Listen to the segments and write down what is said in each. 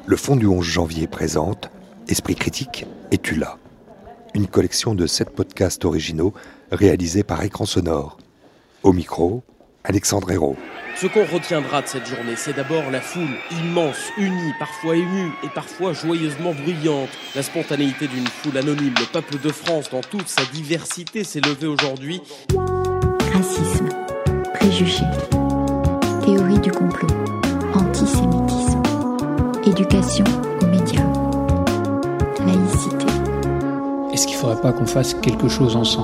Le Fonds du 11 janvier présente Esprit critique, es-tu là ? Une collection de 7 podcasts originaux réalisés par Écran Sonore. Au micro, Alexandre Hérault. Ce qu'on retiendra de cette journée, c'est d'abord la foule immense, unie, parfois émue et parfois joyeusement bruyante. La spontanéité d'une foule anonyme, le peuple de France dans toute sa diversité s'est levé aujourd'hui. Racisme, préjugés, théorie du complot, antisémitisme, éducation aux médias, laïcité. Est-ce qu'il ne faudrait pas qu'on fasse quelque chose ensemble ?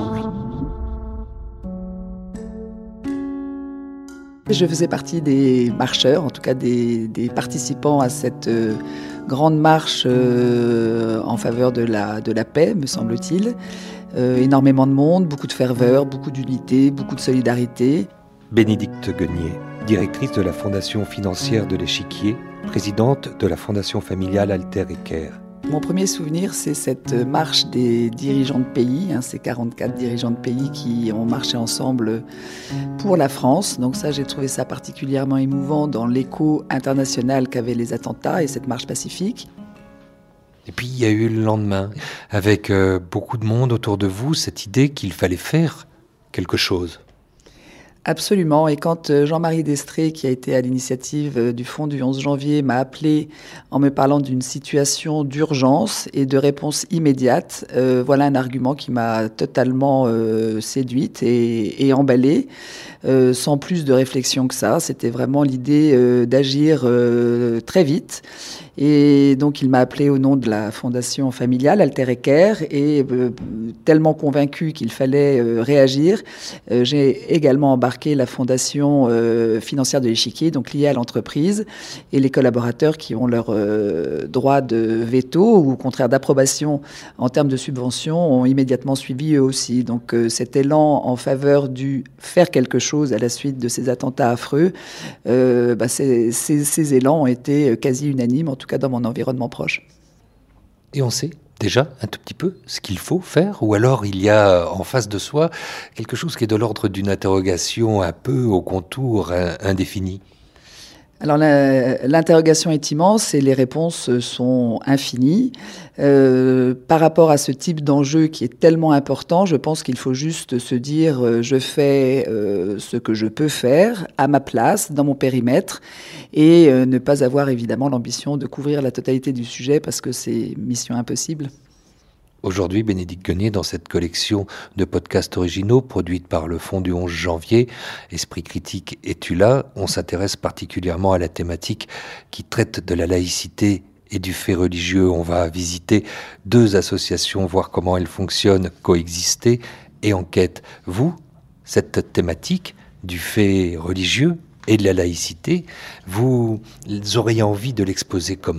Je faisais partie des marcheurs, en tout cas des participants à cette grande marche en faveur de la paix, me semble-t-il. Énormément de monde, beaucoup de ferveur, beaucoup d'unité, beaucoup de solidarité. Bénédicte Guenier, directrice de la Fondation financière de l'Échiquier, présidente de la Fondation familiale Alter et Care. Mon premier souvenir, c'est cette marche des dirigeants de pays, ces 44 dirigeants de pays qui ont marché ensemble pour la France. Donc ça, j'ai trouvé ça particulièrement émouvant dans l'écho international qu'avaient les attentats et cette marche pacifique. Et puis il y a eu le lendemain, avec beaucoup de monde autour de vous, cette idée qu'il fallait faire quelque chose. Absolument. Et quand Jean-Marie Destré, qui a été à l'initiative du Fonds du 11 janvier, m'a appelé en me parlant d'une situation d'urgence et de réponse immédiate, voilà un argument qui m'a totalement séduite et emballée, sans plus de réflexion que ça. C'était vraiment l'idée d'agir très vite. Et donc, il m'a appelé au nom de la Fondation familiale Alter et Care et tellement convaincu qu'il fallait réagir, j'ai également embarqué la Fondation financière de l'Échiquier, donc liée à l'entreprise, et les collaborateurs qui ont leur droit de veto ou au contraire d'approbation en termes de subventions ont immédiatement suivi eux aussi. Donc, cet élan en faveur du faire quelque chose à la suite de ces attentats affreux, ces élans ont été quasi unanimes, en tout cas dans mon environnement proche. Et on sait déjà un tout petit peu ce qu'il faut faire, ou alors il y a en face de soi quelque chose qui est de l'ordre d'une interrogation un peu au contour indéfini. Alors l'interrogation est immense et les réponses sont infinies. Par rapport à ce type d'enjeu qui est tellement important, je pense qu'il faut juste se dire je fais ce que je peux faire à ma place, dans mon périmètre, et ne pas avoir évidemment l'ambition de couvrir la totalité du sujet parce que c'est mission impossible. Aujourd'hui, Bénédicte Guenier, dans cette collection de podcasts originaux produite par le Fonds du 11 janvier, Esprit critique, es-tu là ? On s'intéresse particulièrement à la thématique qui traite de la laïcité et du fait religieux. On va visiter 2 associations, voir comment elles fonctionnent, coexister et enquête. Vous, cette thématique du fait religieux et de la laïcité, vous auriez envie de l'exposer comment ?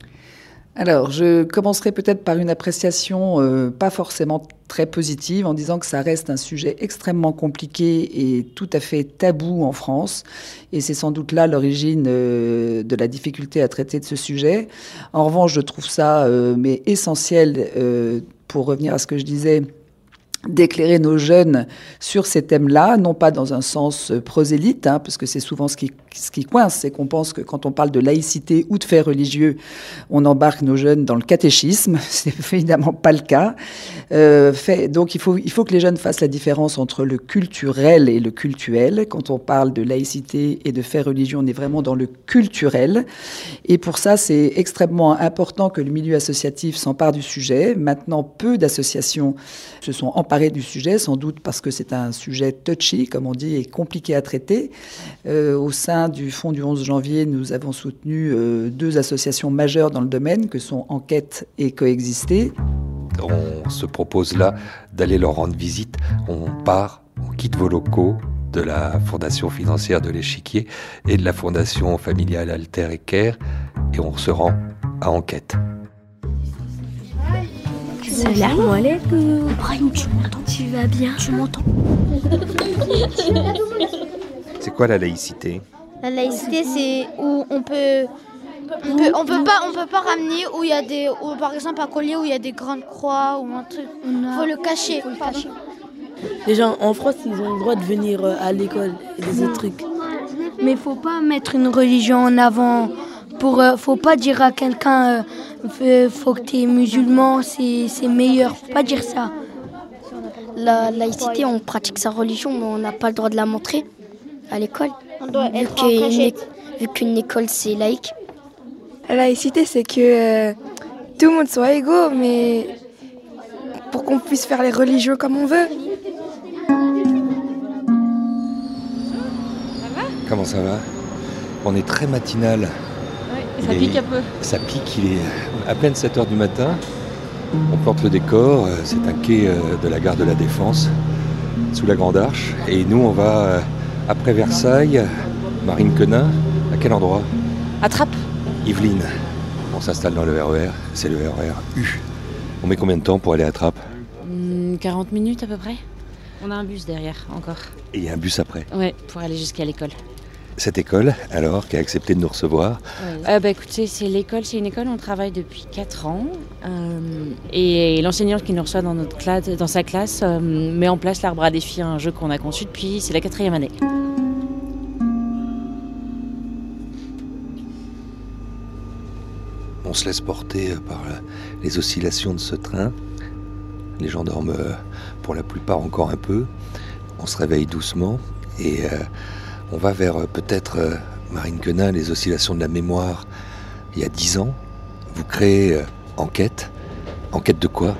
Alors, je commencerai peut-être par une appréciation pas forcément très positive en disant que ça reste un sujet extrêmement compliqué et tout à fait tabou en France. Et c'est sans doute là l'origine de la difficulté à traiter de ce sujet. En revanche, je trouve ça mais essentiel, pour revenir à ce que je disais, d'éclairer nos jeunes sur ces thèmes-là, non pas dans un sens prosélyte, parce que c'est souvent ce qui coince, c'est qu'on pense que quand on parle de laïcité ou de faits religieux, on embarque nos jeunes dans le catéchisme. C'est évidemment pas le cas. Donc il faut que les jeunes fassent la différence entre le culturel et le cultuel. Quand on parle de laïcité et de faits religieux, on est vraiment dans le culturel. Et pour ça, c'est extrêmement important que le milieu associatif s'empare du sujet. Maintenant, peu d'associations se sont emparées du sujet, sans doute parce que c'est un sujet touchy, comme on dit, et compliqué à traiter. Au sein du Fonds du 11 janvier, nous avons soutenu 2 associations majeures dans le domaine, que sont Enquête et Coexister. On se propose là d'aller leur rendre visite. On quitte vos locaux de la Fondation financière de l'Échiquier et de la Fondation familiale Alter et Care et on se rend à Enquête. Salam alaikum. Brahim, tu m'entends ? Tu vas bien ? Tu m'entends ? C'est quoi la laïcité ? La laïcité, c'est où on peut pas ramener où il y a ou par exemple un collier où il y a des grandes croix ou un truc. Faut le cacher. Les gens en France, ils ont le droit de venir à l'école et des autres trucs. Mais faut pas mettre une religion en avant faut pas dire à quelqu'un faut que tu es musulman, c'est meilleur. Faut pas dire ça. La laïcité, on pratique sa religion, mais on n'a pas le droit de la montrer à l'école. On doit être en cachette. Vu qu'une école, c'est laïque. La laïcité, c'est que tout le monde soit égaux, mais pour qu'on puisse faire les religions comme on veut. Comment ça va? On est très matinal. Oui, ça pique un peu. Ça pique, il est à peine 7h du matin. On porte le décor, c'est un quai de la gare de la Défense, sous la Grande Arche. Et nous, on va, après Versailles, Marine Quenin, à quel endroit? À Trappes. Yvelines. On s'installe dans le RER, c'est le RER U. On met combien de temps pour aller à Trappes? 40 minutes à peu près. On a un bus derrière encore. Et il y a un bus après? Oui, pour aller jusqu'à l'école. Cette école, alors, qui a accepté de nous recevoir? Écoutez, c'est une école, on travaille depuis 4 ans. Et l'enseignante qui nous reçoit dans sa classe met en place l'Arbre à défi, un jeu qu'on a conçu depuis, c'est la 4e année. On se laisse porter par les oscillations de ce train. Les gens dorment pour la plupart encore un peu. On se réveille doucement et on va vers peut-être, Marine Quenin, les oscillations de la mémoire. Il y a 10 ans, vous créez Enquête. Enquête de quoi?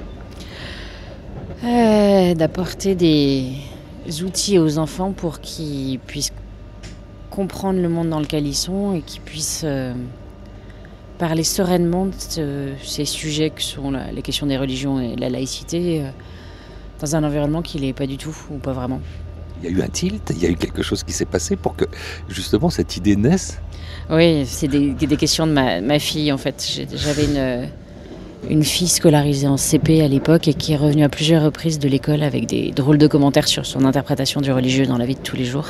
D'apporter des outils aux enfants pour qu'ils puissent comprendre le monde dans lequel ils sont et qu'ils puissent parler sereinement de ces sujets que sont les questions des religions et de la laïcité dans un environnement qui l'est pas du tout ou pas vraiment. Il y a eu un tilt, il y a eu quelque chose qui s'est passé pour que justement cette idée naisse? Oui, c'est des questions de ma fille en fait. J'avais une fille scolarisée en CP à l'époque et qui est revenue à plusieurs reprises de l'école avec des drôles de commentaires sur son interprétation du religieux dans la vie de tous les jours.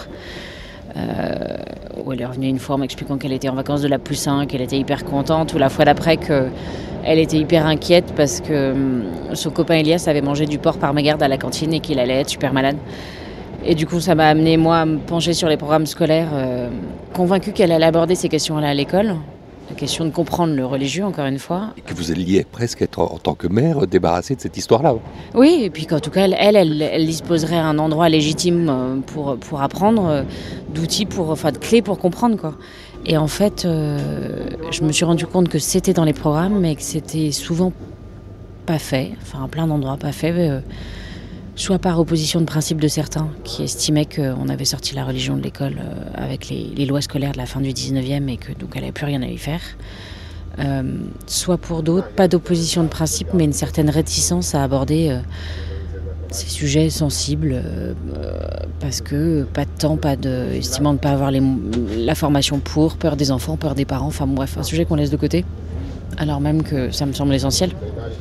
Où elle est revenue une fois en m'expliquant qu'elle était en vacances de la Poussin, qu'elle était hyper contente, ou la fois d'après qu'elle était hyper inquiète parce que son copain Elias avait mangé du porc par mégarde à la cantine et qu'il allait être super malade. Et du coup, ça m'a amené, moi, à me pencher sur les programmes scolaires, convaincue qu'elle allait aborder ces questions-là à l'école. La question de comprendre le religieux, encore une fois. Et que vous alliez presque être, en tant que mère, débarrassée de cette histoire-là. Oui, et puis qu'en tout cas, elle disposerait un endroit légitime pour apprendre, d'outils, de clés pour comprendre, quoi. Et en fait, je me suis rendu compte que c'était dans les programmes, mais que c'était souvent pas fait, enfin, à plein d'endroits pas fait, soit par opposition de principe de certains qui estimaient qu'on avait sorti la religion de l'école avec les lois scolaires de la fin du 19e et que donc elle n'avait plus rien à y faire. Soit pour d'autres, pas d'opposition de principe, mais une certaine réticence à aborder ces sujets sensibles parce que pas de temps, estimant de ne pas avoir la formation pour, peur des enfants, peur des parents, enfin bref, un sujet qu'on laisse de côté, alors même que ça me semble essentiel.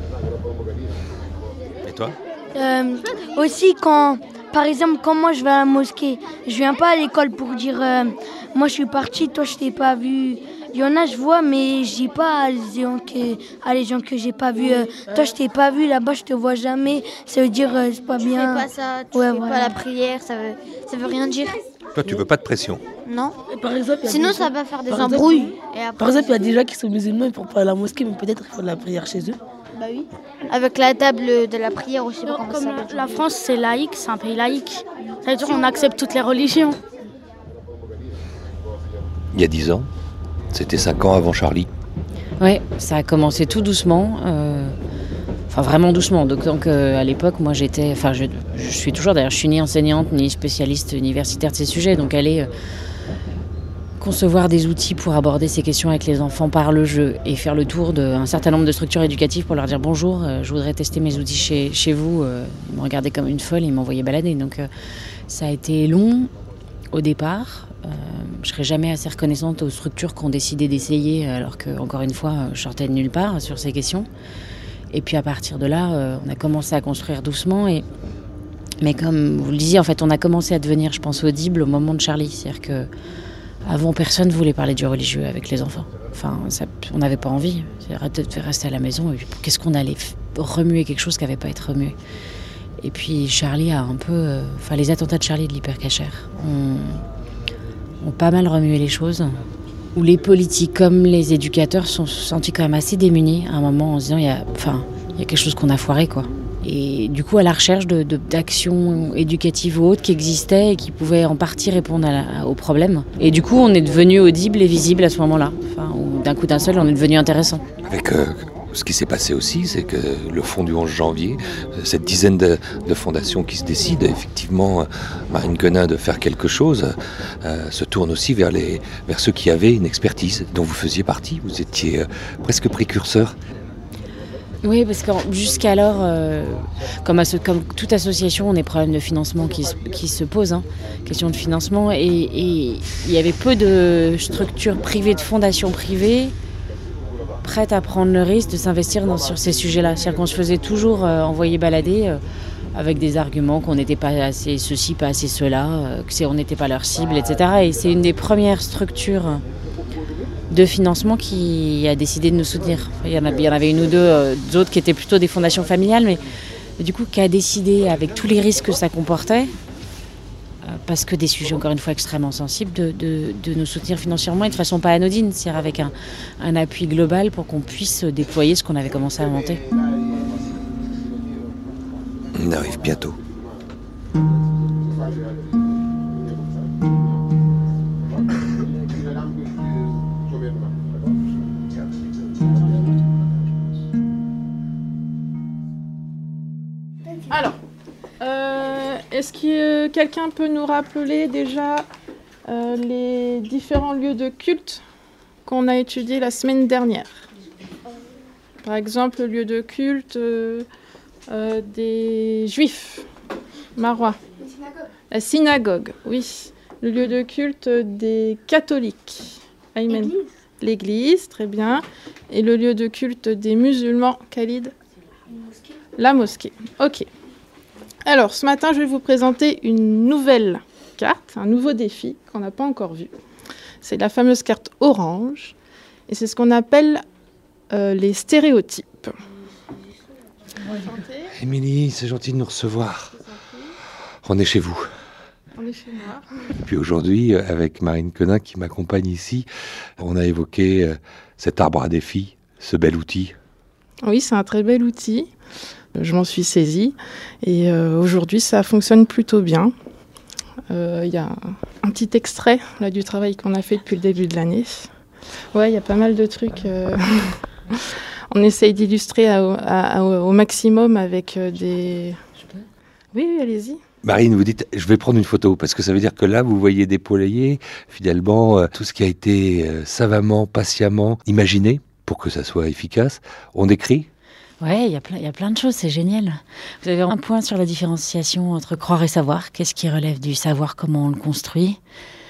Et toi ? Aussi par exemple, quand moi je vais à la mosquée, je viens pas à l'école pour dire moi je suis partie, toi je t'ai pas vu. Il y en a je vois, mais je dis pas à les gens que j'ai pas vu. Toi je t'ai pas vu là-bas, je te vois jamais. Ça veut dire c'est pas bien. Tu fais pas ça, tu fais pas la prière, ça veut rien dire. Toi tu veux pas de pression? Non. Par exemple, sinon ça va faire des embrouilles. Par exemple, il y a des gens qui sont musulmans, ils ne font pas à la mosquée, mais peut-être ils font de la prière chez eux. Bah oui. Avec la table de la prière aussi. Comme la France, c'est laïque, c'est un pays laïque. Ça veut dire qu'on accepte toutes les religions. Il y a 10 ans, c'était 5 ans avant Charlie. Oui, ça a commencé tout doucement. Enfin, vraiment doucement. Donc à l'époque, moi je suis toujours, d'ailleurs, je suis ni enseignante, ni spécialiste universitaire de ces sujets. Donc aller concevoir des outils pour aborder ces questions avec les enfants par le jeu et faire le tour d'un certain nombre de structures éducatives pour leur dire bonjour, je voudrais tester mes outils chez vous. Ils me regardaient comme une folle, ils m'envoyaient balader. Donc ça a été long au départ. Je serai jamais assez reconnaissante aux structures qui ont décidé d'essayer, alors que, encore une fois, je sortais de nulle part sur ces questions. Et puis à partir de là, on a commencé à construire doucement. Mais comme vous le disiez, en fait, on a commencé à devenir, je pense, audible au moment de Charlie. C'est-à-dire que avant, personne ne voulait parler du religieux avec les enfants. Enfin, on n'avait pas envie. De rester à la maison. Et puis, qu'est-ce qu'on allait remuer quelque chose qui n'avait pas à être remué. Et puis Charlie a un peu... les attentats de Charlie de l'hypercachère ont pas mal remué les choses. où les politiques comme les éducateurs sont sentis quand même assez démunis à un moment en se disant il y a quelque chose qu'on a foiré, quoi. Et du coup à la recherche d'actions éducatives ou autres qui existaient et qui pouvaient en partie répondre aux problèmes. Et du coup on est devenu audible et visible à ce moment-là. Ou d'un coup d'un seul on est devenu intéressant. Avec ce qui s'est passé aussi, c'est que le Fonds du 11 janvier, cette dizaine de fondations qui se décident, effectivement, Marine Quenin, de faire quelque chose, se tourne aussi vers ceux qui avaient une expertise dont vous faisiez partie. Vous étiez presque précurseur. Oui, parce que jusqu'alors, comme toute association, on a des problèmes de financement qui se posent, question de financement, et il y avait peu de structures privées, de fondations privées prêtes à prendre le risque de s'investir sur ces sujets-là. C'est-à-dire qu'on se faisait toujours envoyer balader avec des arguments qu'on n'était pas assez ceci, pas assez cela, qu'on n'était pas leur cible, etc. Et c'est une des premières structures de financement qui a décidé de nous soutenir. Il y en avait une ou deux autres qui étaient plutôt des fondations familiales, mais du coup qui a décidé, avec tous les risques que ça comportait, parce que des sujets encore une fois extrêmement sensibles, de nous soutenir financièrement et de façon pas anodine, c'est-à-dire avec un appui global pour qu'on puisse déployer ce qu'on avait commencé à monter. On arrive bientôt. Alors, est-ce que quelqu'un peut nous rappeler déjà les différents lieux de culte qu'on a étudiés la semaine dernière? Par exemple, le lieu de culte des Juifs, marois. La synagogue, oui. Le lieu de culte des catholiques. Amen. L'église, très bien. Et le lieu de culte des musulmans, Khalid? La mosquée. Ok. Alors, ce matin, je vais vous présenter une nouvelle carte, un nouveau défi qu'on n'a pas encore vu. C'est la fameuse carte orange. Et c'est ce qu'on appelle les stéréotypes. Émilie, c'est gentil de nous recevoir. On est chez vous. On est chez moi. Et puis aujourd'hui, avec Marine Quenin qui m'accompagne ici, on a évoqué cet arbre à défis, ce bel outil. Oui, c'est un très bel outil. Je m'en suis saisie et aujourd'hui ça fonctionne plutôt bien. Il y a un petit extrait là, du travail qu'on a fait depuis le début de l'année. Ouais, il y a pas mal de trucs. On essaye d'illustrer au maximum avec des... Oui, allez-y. Marine, vous dites, je vais prendre une photo, parce que ça veut dire que là, vous voyez déployer finalement tout ce qui a été savamment, patiemment imaginé pour que ça soit efficace. On décrit ? Ouais, il y a plein de choses, c'est génial. Vous avez un point sur la différenciation entre croire et savoir. Qu'est-ce qui relève du savoir, comment on le construit?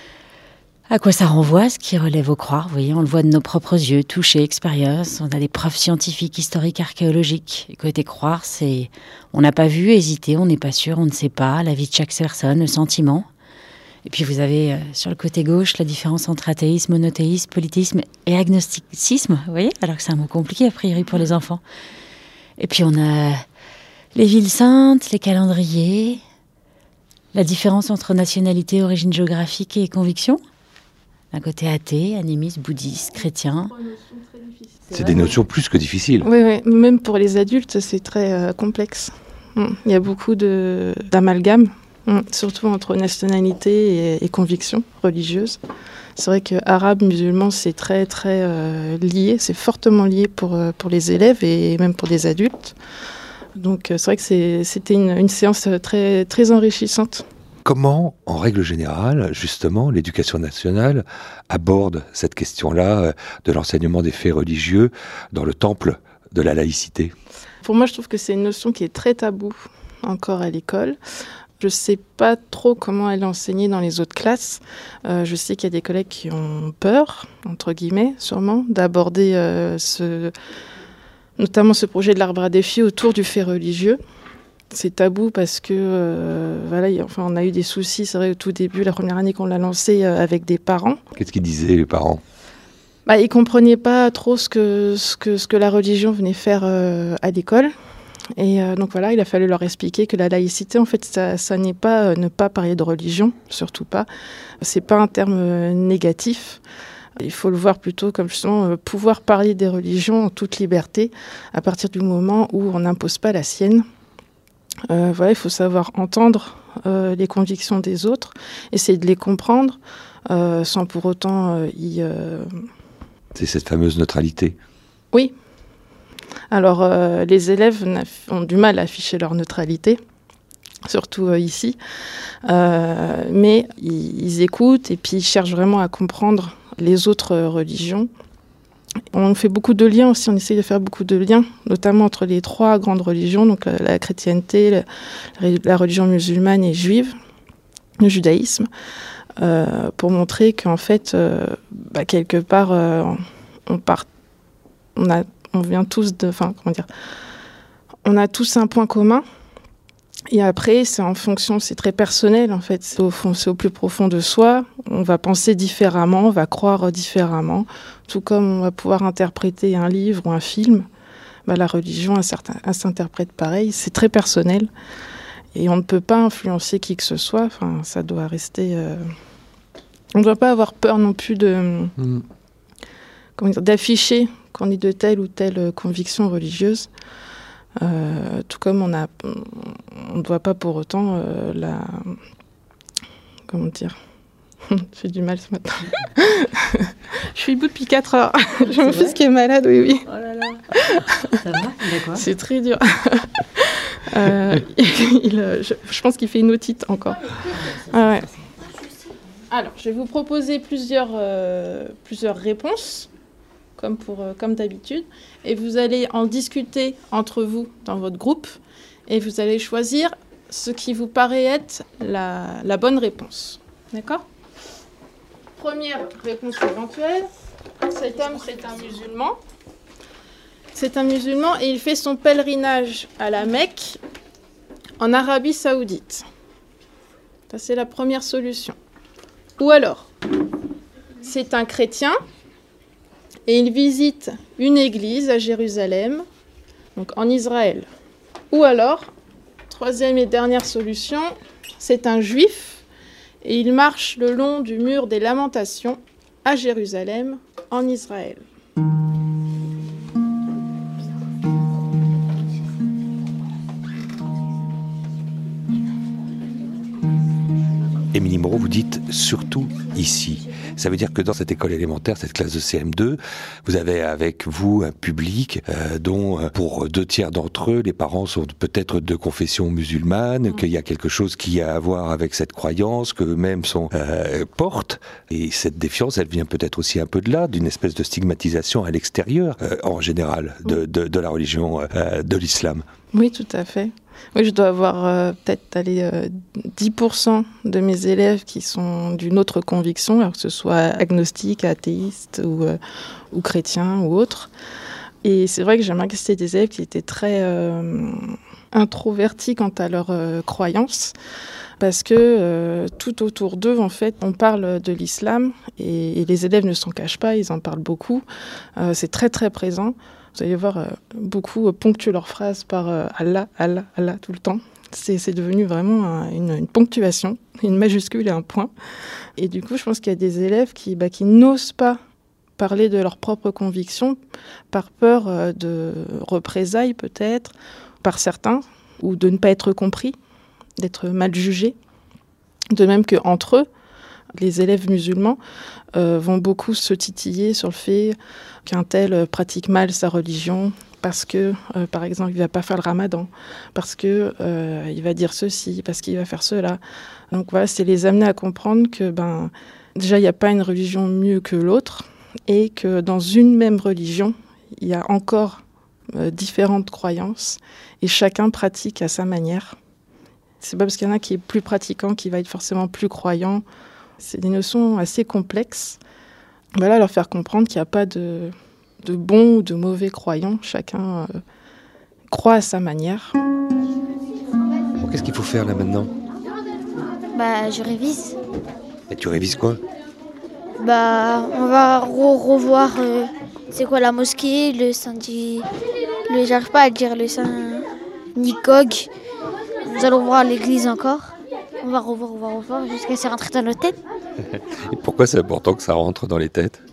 À quoi ça renvoie, ce qui relève au croire? Vous voyez, on le voit de nos propres yeux, toucher, expérience. On a des preuves scientifiques, historiques, archéologiques. Et côté croire, c'est on n'a pas vu, hésité, on n'est pas sûr, on ne sait pas, la vie de chaque personne, le sentiment. Et puis vous avez sur le côté gauche la différence entre athéisme, monothéisme, polythéisme et agnosticisme. Vous voyez, alors que c'est un mot compliqué a priori pour les enfants. Et puis on a les villes saintes, les calendriers, la différence entre nationalité, origine géographique et conviction. D'un côté athée, animiste, bouddhiste, chrétien. C'est des notions plus que difficiles. Oui, même pour les adultes, c'est très complexe. Il y a beaucoup d'amalgames, surtout entre nationalité et conviction religieuse. C'est vrai que arabe, musulman, c'est très très lié, c'est fortement lié pour les élèves et même pour des adultes. Donc c'est vrai que c'était une séance très, très enrichissante. Comment, en règle générale, justement, l'éducation nationale aborde cette question-là de l'enseignement des faits religieux dans le temple de la laïcité? Pour moi, je trouve que c'est une notion qui est très taboue encore à l'école. Je ne sais pas trop comment elle est enseignée dans les autres classes. Je sais qu'il y a des collègues qui ont peur, entre guillemets, sûrement, d'aborder notamment ce projet de l'arbre à défis autour du fait religieux. C'est tabou parce que on a eu des soucis, c'est vrai, au tout début, la première année qu'on l'a lancé avec des parents. Qu'est-ce qu'ils disaient, les parents ? Ils ne comprenaient pas trop ce que la religion venait faire à l'école. Et donc voilà, il a fallu leur expliquer que la laïcité, en fait, ça n'est pas ne pas parler de religion, surtout pas. C'est pas un terme négatif. Il faut le voir plutôt comme justement pouvoir parler des religions en toute liberté à partir du moment où on n'impose pas la sienne. Il faut savoir entendre les convictions des autres, essayer de les comprendre sans pour autant C'est cette fameuse neutralité. Oui. Alors, les élèves ont du mal à afficher leur neutralité, surtout ici. Mais ils écoutent et puis ils cherchent vraiment à comprendre les autres religions. On fait beaucoup de liens aussi, on essaye de faire beaucoup de liens, notamment entre les 3 grandes religions, donc la chrétienté, la religion musulmane et juive, le judaïsme, pour montrer qu'en fait, quelque part, on vient tous de... Enfin, comment dire, on a tous un point commun. Et après, c'est en fonction, c'est très personnel en fait. C'est au plus profond de soi. On va penser différemment, on va croire différemment. Tout comme on va pouvoir interpréter un livre ou un film, la religion, elle s'interprète pareil. C'est très personnel. Et on ne peut pas influencer qui que ce soit. Enfin, ça doit rester... On ne doit pas avoir peur non plus d'afficher qu'on est de telle ou telle conviction religieuse. Tout comme on ne doit pas pour autant comment dire, j'ai du mal ce matin. Je suis debout depuis 4 heures. J'ai mon fils qui est malade, oui. Oh là là. Ça va? D'accord. C'est très dur. Je pense qu'il fait une otite encore. Ah ouais. Alors, je vais vous proposer plusieurs réponses, comme d'habitude, et vous allez en discuter entre vous dans votre groupe, et vous allez choisir ce qui vous paraît être la bonne réponse. D'accord ? Première réponse éventuelle, cet homme, c'est un musulman. C'est un musulman et il fait son pèlerinage à la Mecque, en Arabie Saoudite. Ça, c'est la première solution. Ou alors, c'est un chrétien et il visite une église à Jérusalem, donc en Israël. Ou alors, troisième et dernière solution, c'est un juif et il marche le long du mur des Lamentations à Jérusalem, en Israël. Émilie Moreau, vous dites surtout ici. Ça veut dire que dans cette école élémentaire, cette classe de CM2, vous avez avec vous un public dont, pour 2/3 d'entre eux, les parents sont peut-être de confession musulmane, qu'il y a quelque chose qui a à voir avec cette croyance, qu'eux-mêmes portent. Et cette défiance, elle vient peut-être aussi un peu de là, d'une espèce de stigmatisation à l'extérieur, en général, de la religion, de l'islam. Oui, tout à fait. Oui, je dois avoir peut-être 10% de mes élèves qui sont d'une autre conviction, alors que ce soit agnostique, athéiste ou chrétien ou autre. Et c'est vrai que j'ai remarqué que c'était des élèves qui étaient très introvertis quant à leurs croyances, parce que tout autour d'eux, en fait, on parle de l'islam et les élèves ne s'en cachent pas, ils en parlent beaucoup. C'est très très présent. Vous allez voir, beaucoup ponctuent leurs phrases par Allah, Allah, Allah tout le temps. C'est devenu vraiment une ponctuation, une majuscule et un point. Et du coup, je pense qu'il y a des élèves qui n'osent pas parler de leurs propres convictions par peur de représailles peut-être, par certains, ou de ne pas être compris, d'être mal jugés. De même qu'entre eux, les élèves musulmans vont beaucoup se titiller sur le fait qu'un tel pratique mal sa religion parce que, par exemple, il ne va pas faire le ramadan, parce qu'il va dire ceci, parce qu'il va faire cela. Donc voilà, c'est les amener à comprendre que déjà, il n'y a pas une religion mieux que l'autre et que dans une même religion, il y a encore différentes croyances et chacun pratique à sa manière. C'est pas parce qu'il y en a qui est plus pratiquant qu'il va être forcément plus croyant. C'est des notions assez complexes. Voilà, leur faire comprendre qu'il n'y a pas de bons ou de mauvais croyants. Chacun croit à sa manière. Bon, qu'est-ce qu'il faut faire là maintenant ? Je révise. Et tu révises quoi ? On va revoir c'est quoi la mosquée, le Saint-Di... J'arrive pas à dire le Saint-Nicog. Nous allons voir l'église encore. On va revoir jusqu'à se rentrer dans nos têtes. Et pourquoi c'est important que ça rentre dans les têtes ?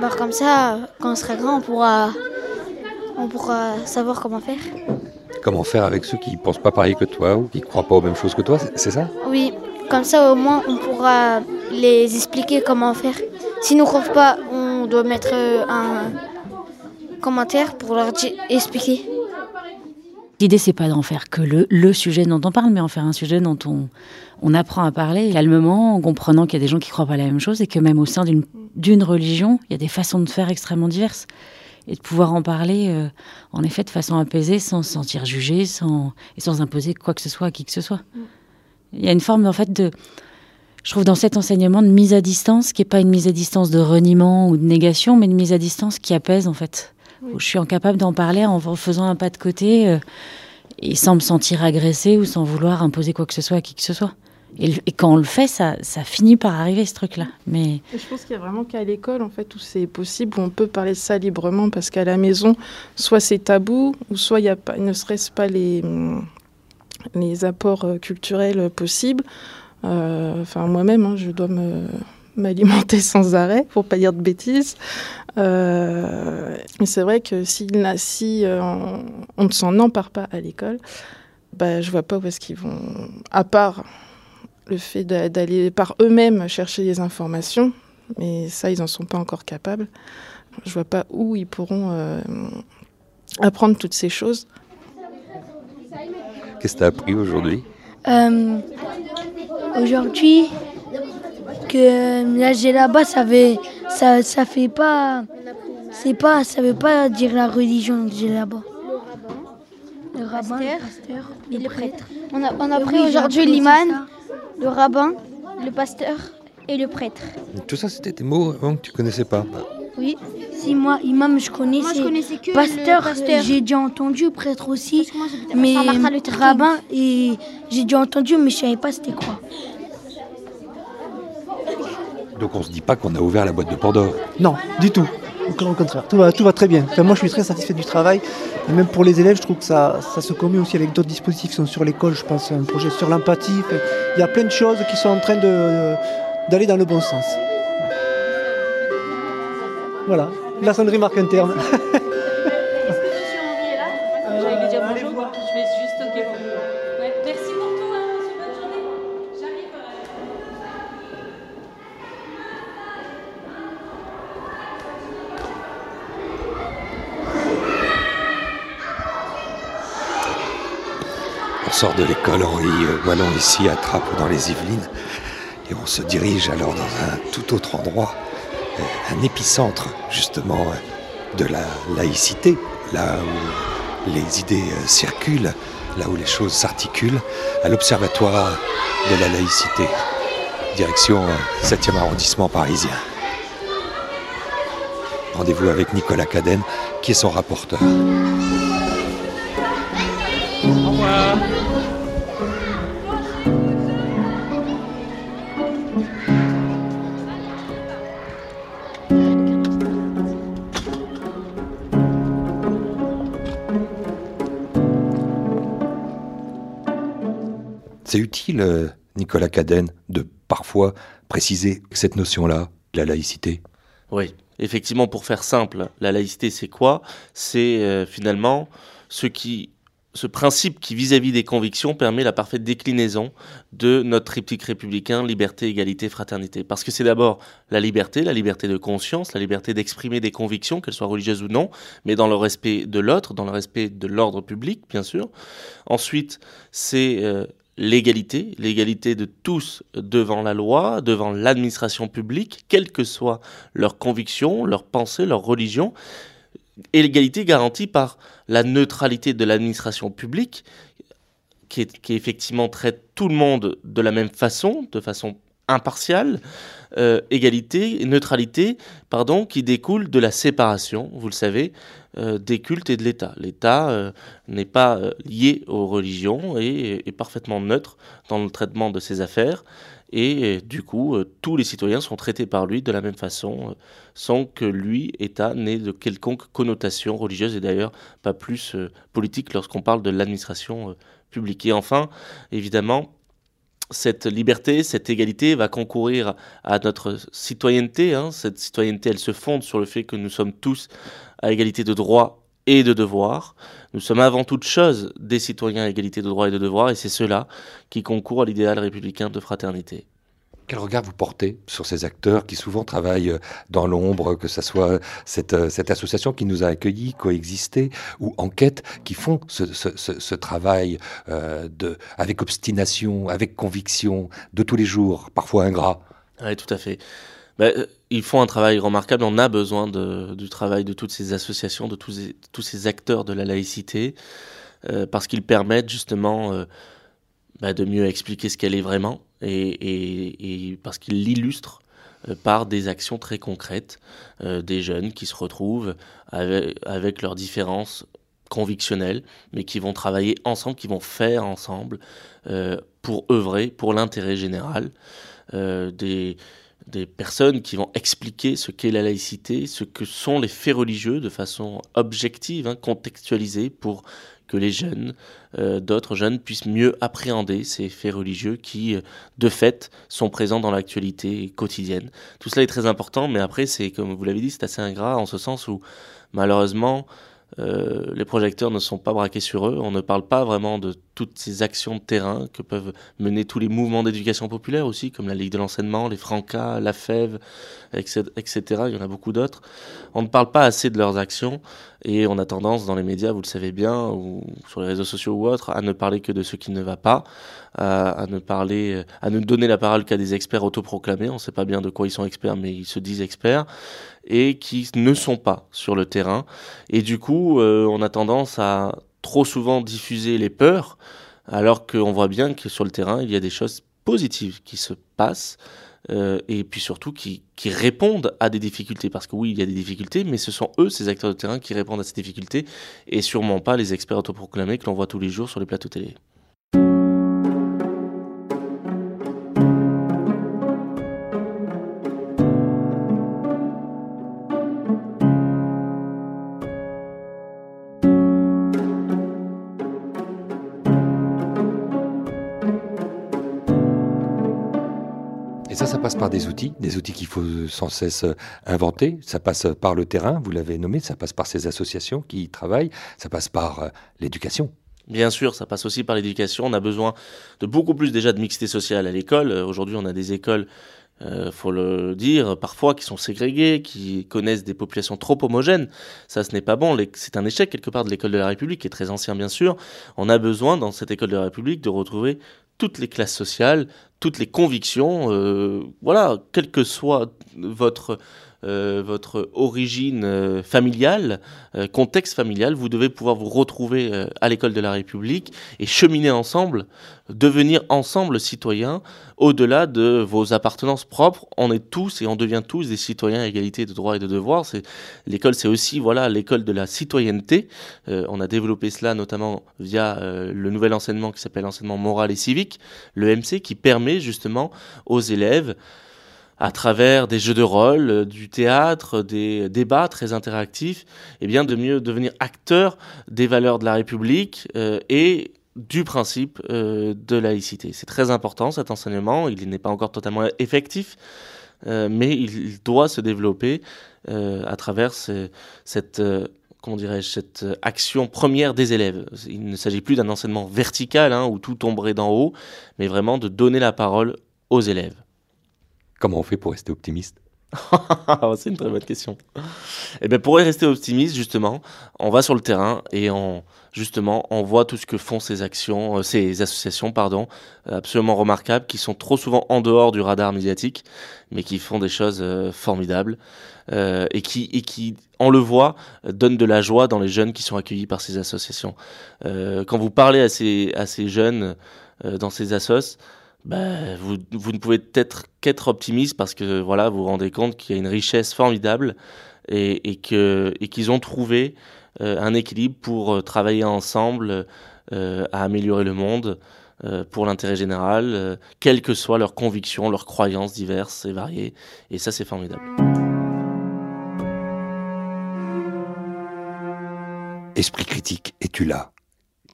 Comme ça, quand on sera grand, on pourra savoir comment faire. Comment faire avec ceux qui ne pensent pas pareil que toi ou qui ne croient pas aux mêmes choses que toi, c'est ça ? Oui, comme ça au moins on pourra les expliquer comment faire. S'ils ne croient pas, on doit mettre un commentaire pour leur expliquer. L'idée, c'est pas d'en faire que le sujet dont on parle, mais en faire un sujet dont on apprend à parler calmement, en comprenant qu'il y a des gens qui ne croient pas la même chose et que même au sein d'une religion, il y a des façons de faire extrêmement diverses. Et de pouvoir en parler, en effet, de façon apaisée, sans se sentir jugé, et sans imposer quoi que ce soit à qui que ce soit. Il y a une forme, en fait, je trouve, dans cet enseignement de mise à distance, qui n'est pas une mise à distance de reniement ou de négation, mais une mise à distance qui apaise, en fait. Où je suis incapable d'en parler en faisant un pas de côté et sans me sentir agressée ou sans vouloir imposer quoi que ce soit à qui que ce soit. Et quand on le fait, ça finit par arriver, ce truc-là. Mais je pense qu'il n'y a vraiment qu'à l'école, en fait, où c'est possible, où on peut parler de ça librement, parce qu'à la maison, soit c'est tabou, ou soit il ne serait-ce pas les apports culturels possibles. Moi-même, je dois m'alimenter sans arrêt, pour pas dire de bêtises. Mais c'est vrai que si on ne s'en empare pas à l'école, je vois pas où est-ce qu'ils vont, à part le fait d'aller par eux-mêmes chercher des informations, mais ça, ils n'en sont pas encore capables. Je vois pas où ils pourront apprendre toutes ces choses. Qu'est-ce que tu as appris aujourd'hui ? Aujourd'hui, que la djellaba, ça veut pas dire la religion, le djellaba. Le rabbin, le pasteur et le prêtre. On a appris aujourd'hui l'imam, le rabbin, le pasteur et le prêtre. Tout ça, c'était des mots avant que tu connaissais pas. Oui. Si moi, imam, je connaissais que pasteur, j'ai déjà entendu, prêtre aussi, mais rabbin, et j'ai déjà entendu, mais je savais pas c'était quoi. Donc on se dit pas qu'on a ouvert la boîte de Pandore. Non, du tout. Au contraire, tout va très bien. Moi, je suis très satisfait du travail. Et même pour les élèves, je trouve que ça se commet aussi avec d'autres dispositifs qui sont sur l'école. Je pense à un projet sur l'empathie. Il y a plein de choses qui sont en train d'aller dans le bon sens. Voilà. La sonnerie marque un terme. J'allais lui dire bonjour. Je vais juste toquer pour vous. Ouais, merci pour tout. Bonne journée. J'arrive. On sort de l'école Henri Wallon ici à Trappes dans les Yvelines et on se dirige alors dans un tout autre endroit, un épicentre justement de la laïcité, là où les idées circulent, là où les choses s'articulent, à l'Observatoire de la laïcité, direction 7e arrondissement parisien. Rendez-vous avec Nicolas Cadenne qui est son rapporteur. Au revoir. C'est utile, Nicolas Cadenne, de parfois préciser cette notion-là, la laïcité. Oui, effectivement, pour faire simple, la laïcité, c'est quoi ? C'est finalement ce principe qui, vis-à-vis des convictions, permet la parfaite déclinaison de notre triptyque républicain, liberté, égalité, fraternité. Parce que c'est d'abord la liberté de conscience, la liberté d'exprimer des convictions, qu'elles soient religieuses ou non, mais dans le respect de l'autre, dans le respect de l'ordre public, bien sûr. Ensuite, c'est l'égalité de tous devant la loi, devant l'administration publique, quelles que soient leurs convictions, leurs pensées, leurs religions, et l'égalité garantie par la neutralité de l'administration publique, qui effectivement traite tout le monde de la même façon, de façon impartiale, égalité et neutralité, qui découle de la séparation, vous le savez, des cultes et de l'État. L'État n'est pas lié aux religions et est parfaitement neutre dans le traitement de ses affaires. Et du coup, tous les citoyens sont traités par lui de la même façon, sans que lui, État, n'ait de quelconque connotation religieuse, et d'ailleurs pas plus politique lorsqu'on parle de l'administration publique. Et enfin, évidemment, cette liberté, cette égalité va concourir à notre citoyenneté. Cette citoyenneté, elle se fonde sur le fait que nous sommes tous à égalité de droits et de devoirs. Nous sommes avant toute chose des citoyens à égalité de droits et de devoirs, et c'est cela qui concourt à l'idéal républicain de fraternité. Quel regard vous portez sur ces acteurs qui souvent travaillent dans l'ombre, que ce soit cette association qui nous a accueillis, Coexister, ou Enquête, qui font ce travail avec obstination, avec conviction, de tous les jours, parfois ingrat? Oui, tout à fait. Ils font un travail remarquable. On a besoin du travail de toutes ces associations, de tous ces acteurs de la laïcité, parce qu'ils permettent justement de mieux expliquer ce qu'elle est vraiment, et parce qu'ils l'illustrent par des actions très concrètes, des jeunes qui se retrouvent avec leurs différences convictionnelles, mais qui vont travailler ensemble, qui vont faire ensemble pour œuvrer pour l'intérêt général, des personnes qui vont expliquer ce qu'est la laïcité, ce que sont les faits religieux de façon objective, contextualisée, pour que les jeunes, d'autres jeunes, puissent mieux appréhender ces faits religieux qui, de fait, sont présents dans l'actualité quotidienne. Tout cela est très important, mais après, c'est, comme vous l'avez dit, c'est assez ingrat en ce sens où, malheureusement, les projecteurs ne sont pas braqués sur eux. On ne parle pas vraiment de toutes ces actions de terrain que peuvent mener tous les mouvements d'éducation populaire aussi, comme la Ligue de l'enseignement, les Francas, la FEV, etc. Il y en a beaucoup d'autres. On ne parle pas assez de leurs actions et on a tendance dans les médias, vous le savez bien, ou sur les réseaux sociaux ou autres, à ne parler que de ce qui ne va pas, à ne donner la parole qu'à des experts autoproclamés. On ne sait pas bien de quoi ils sont experts, mais ils se disent experts, et qui ne sont pas sur le terrain. Et du coup, on a tendance à trop souvent diffuser les peurs, alors qu'on voit bien que sur le terrain, il y a des choses positives qui se passent, et puis surtout qui répondent à des difficultés. Parce que oui, il y a des difficultés, mais ce sont eux, ces acteurs de terrain, qui répondent à ces difficultés, et sûrement pas les experts autoproclamés que l'on voit tous les jours sur les plateaux télé. Et ça passe par des outils qu'il faut sans cesse inventer. Ça passe par le terrain, vous l'avez nommé, ça passe par ces associations qui y travaillent, ça passe par l'éducation. Bien sûr, ça passe aussi par l'éducation. On a besoin de beaucoup plus déjà de mixité sociale à l'école. Aujourd'hui, on a des écoles, faut le dire, parfois qui sont ségrégées, qui connaissent des populations trop homogènes. Ça, ce n'est pas bon. C'est un échec quelque part de l'école de la République, qui est très ancien bien sûr. On a besoin dans cette école de la République de retrouver toutes les classes sociales, toutes les convictions, quelle que soit votre origine familiale, contexte familial, vous devez pouvoir vous retrouver à l'école de la République et cheminer ensemble, devenir ensemble citoyens, au-delà de vos appartenances propres. On est tous et on devient tous des citoyens à égalité de droits et de devoirs. L'école, c'est aussi l'école de la citoyenneté. On a développé cela notamment via le nouvel enseignement qui s'appelle l'enseignement moral et civique, le MC, qui permet justement aux élèves, à travers des jeux de rôle, du théâtre, des débats très interactifs, de mieux devenir acteurs des valeurs de la République et du principe de laïcité. C'est très important cet enseignement, il n'est pas encore totalement effectif, mais il doit se développer à travers cette action première des élèves. Il ne s'agit plus d'un enseignement vertical où tout tomberait d'en haut, mais vraiment de donner la parole aux élèves. Comment on fait pour rester optimiste ? C'est une très bonne question. Pour rester optimiste, justement, on va sur le terrain et on voit tout ce que font ces associations, absolument remarquables, qui sont trop souvent en dehors du radar médiatique, mais qui font des choses formidables et qui, on le voit, donnent de la joie dans les jeunes qui sont accueillis par ces associations. Quand vous parlez à ces jeunes dans ces assos, vous ne pouvez peut-être qu'être optimiste parce que vous vous rendez compte qu'il y a une richesse formidable et qu'ils ont trouvé un équilibre pour travailler ensemble à améliorer le monde pour l'intérêt général, quelles que soient leurs convictions, leurs croyances diverses et variées. Et ça, c'est formidable. Esprit critique, es-tu là ?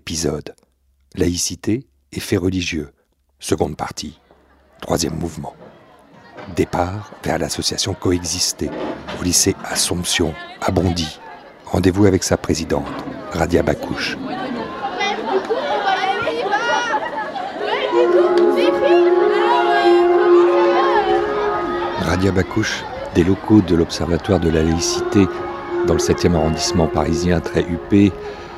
4e épisode. Laïcité et faits religieux. Seconde partie, troisième mouvement. Départ vers l'association Coexister, au lycée Assomption, à Bondy. Rendez-vous avec sa présidente, Radia Bakouche. Radia Bakouche, des locaux de l'Observatoire de la laïcité dans le 7e arrondissement parisien, très huppé,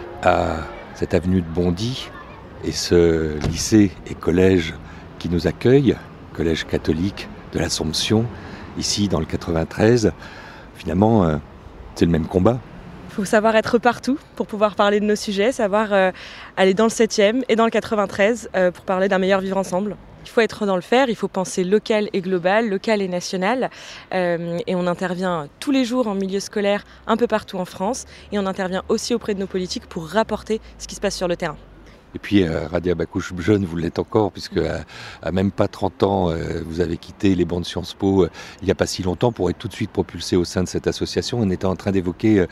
à cette avenue de Bondy, et ce lycée et collège qui nous accueille, collège catholique de l'Assomption, ici dans le 93. Finalement, c'est le même combat. Il faut savoir être partout pour pouvoir parler de nos sujets, savoir aller dans le 7e et dans le 93 pour parler d'un meilleur vivre ensemble. Il faut être dans le faire, il faut penser local et global, local et national. Et on intervient tous les jours en milieu scolaire, un peu partout en France. Et on intervient aussi auprès de nos politiques pour rapporter ce qui se passe sur le terrain. Et puis Radia Bakouche, jeune, vous l'êtes encore, puisque à même pas 30 ans, vous avez quitté les bancs de Sciences Po il n'y a pas si longtemps pour être tout de suite propulsé au sein de cette association. On était en train d'évoquer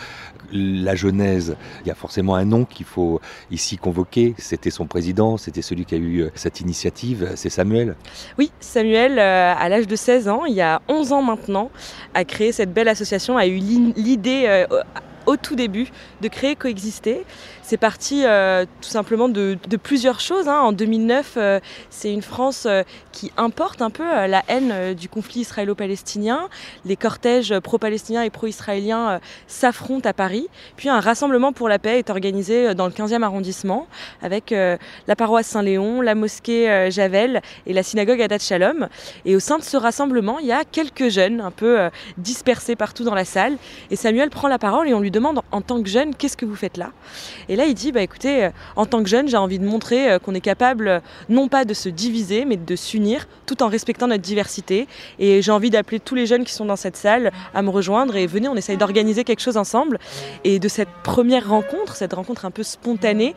la genèse. Il y a forcément un nom qu'il faut ici convoquer. C'était son président, c'était celui qui a eu cette initiative, c'est Samuel. Oui, Samuel, à l'âge de 16 ans, il y a 11 ans maintenant, a créé cette belle association, a eu l'idée au tout début de créer Coexister. C'est parti tout simplement de plusieurs choses. En 2009, c'est une France qui importe un peu la haine du conflit israélo-palestinien. Les cortèges pro-palestiniens et pro-israéliens s'affrontent à Paris. Puis un rassemblement pour la paix est organisé dans le 15e arrondissement avec la paroisse Saint-Léon, la mosquée Javel et la synagogue Hadat Shalom. Et au sein de ce rassemblement, il y a quelques jeunes un peu dispersés partout dans la salle. Et Samuel prend la parole et on lui demande en tant que jeune, qu'est-ce que vous faites là ? Et là, il dit, écoutez, en tant que jeune, j'ai envie de montrer qu'on est capable non pas de se diviser, mais de s'unir tout en respectant notre diversité. Et j'ai envie d'appeler tous les jeunes qui sont dans cette salle à me rejoindre et venez, on essaye d'organiser quelque chose ensemble. Et de cette première rencontre, cette rencontre un peu spontanée,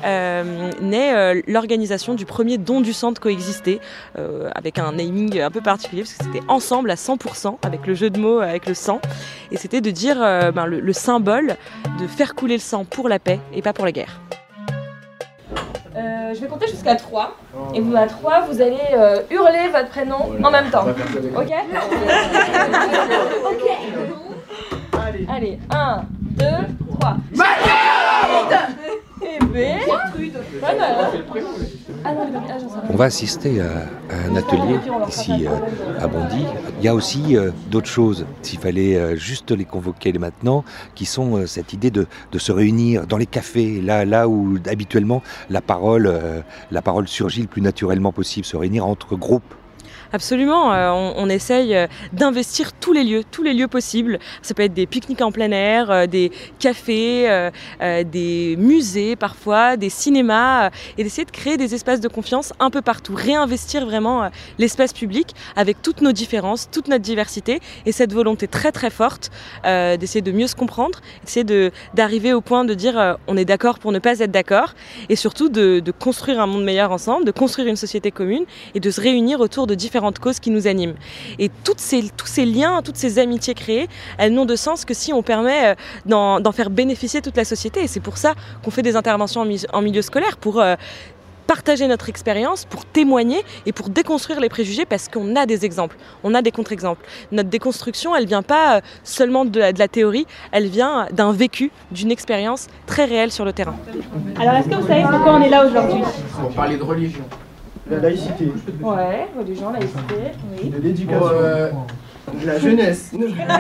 naît l'organisation du premier don du sang de Coexister, avec un naming un peu particulier, parce que c'était ensemble à 100%, avec le jeu de mots, avec le sang. Et c'était de dire le symbole de faire couler le sang pour la paix et pas pour la guerre. Je vais compter jusqu'à 3. Et vous, à 3, vous allez hurler votre prénom en même temps. Ok ? Allez, 1, 2, 3. Et B. On va assister à un atelier ici à Bondy. Il y a aussi d'autres choses, s'il fallait juste les convoquer maintenant, qui sont cette idée de se réunir dans les cafés, là où habituellement la parole surgit le plus naturellement possible, se réunir entre groupes. Absolument, on essaye d'investir tous les lieux possibles. Ça peut être des pique-niques en plein air, des cafés, des musées parfois, des cinémas, et d'essayer de créer des espaces de confiance un peu partout. Réinvestir vraiment l'espace public avec toutes nos différences, toute notre diversité, et cette volonté très très forte d'essayer de mieux se comprendre, d'essayer d'arriver au point de dire on est d'accord pour ne pas être d'accord, et surtout de construire un monde meilleur ensemble, de construire une société commune, et de se réunir autour de différentes causes qui nous animent. Et tous ces liens, toutes ces amitiés créées, elles n'ont de sens que si on permet d'en faire bénéficier toute la société. Et c'est pour ça qu'on fait des interventions en milieu scolaire, pour partager notre expérience, pour témoigner et pour déconstruire les préjugés, parce qu'on a des exemples, on a des contre-exemples. Notre déconstruction, elle vient pas seulement de la théorie, elle vient d'un vécu, d'une expérience très réelle sur le terrain. Alors, est-ce que vous savez pourquoi on est là aujourd'hui ? Pour parler de religion. La laïcité. Ouais, religion, laïcité, oui. De l'éducation. De la jeunesse.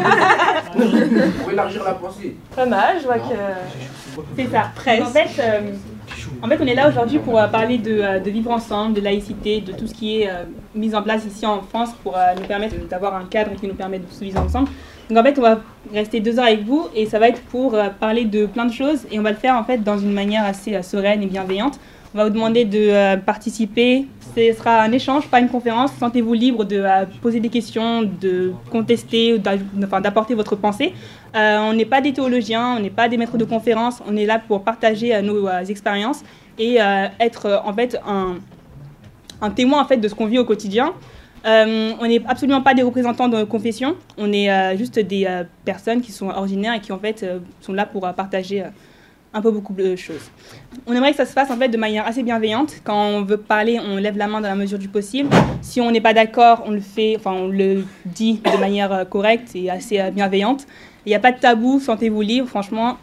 Pour élargir la pensée. Pas mal, je vois que... C'est ça, presque. En fait, on est là aujourd'hui pour parler de vivre ensemble, de laïcité, de tout ce qui est mis en place ici en France pour nous permettre d'avoir un cadre qui nous permet de se vivre ensemble. Donc en fait, on va rester 2 heures avec vous et ça va être pour parler de plein de choses et on va le faire en fait dans une manière assez sereine et bienveillante. On va vous demander de participer. Ce sera un échange, pas une conférence. Sentez-vous libre de poser des questions, de contester, d'apporter votre pensée. On n'est pas des théologiens, on n'est pas des maîtres de conférences. On est là pour partager nos expériences et être en fait un témoin en fait de ce qu'on vit au quotidien. On n'est absolument pas des représentants de confession. On est juste des personnes qui sont ordinaires et qui en fait sont là pour partager un peu beaucoup de choses. On aimerait que ça se fasse en fait de manière assez bienveillante. Quand on veut parler, on lève la main dans la mesure du possible. Si on n'est pas d'accord, on le dit de manière correcte et assez bienveillante. Il n'y a pas de tabou, sentez-vous libre, franchement.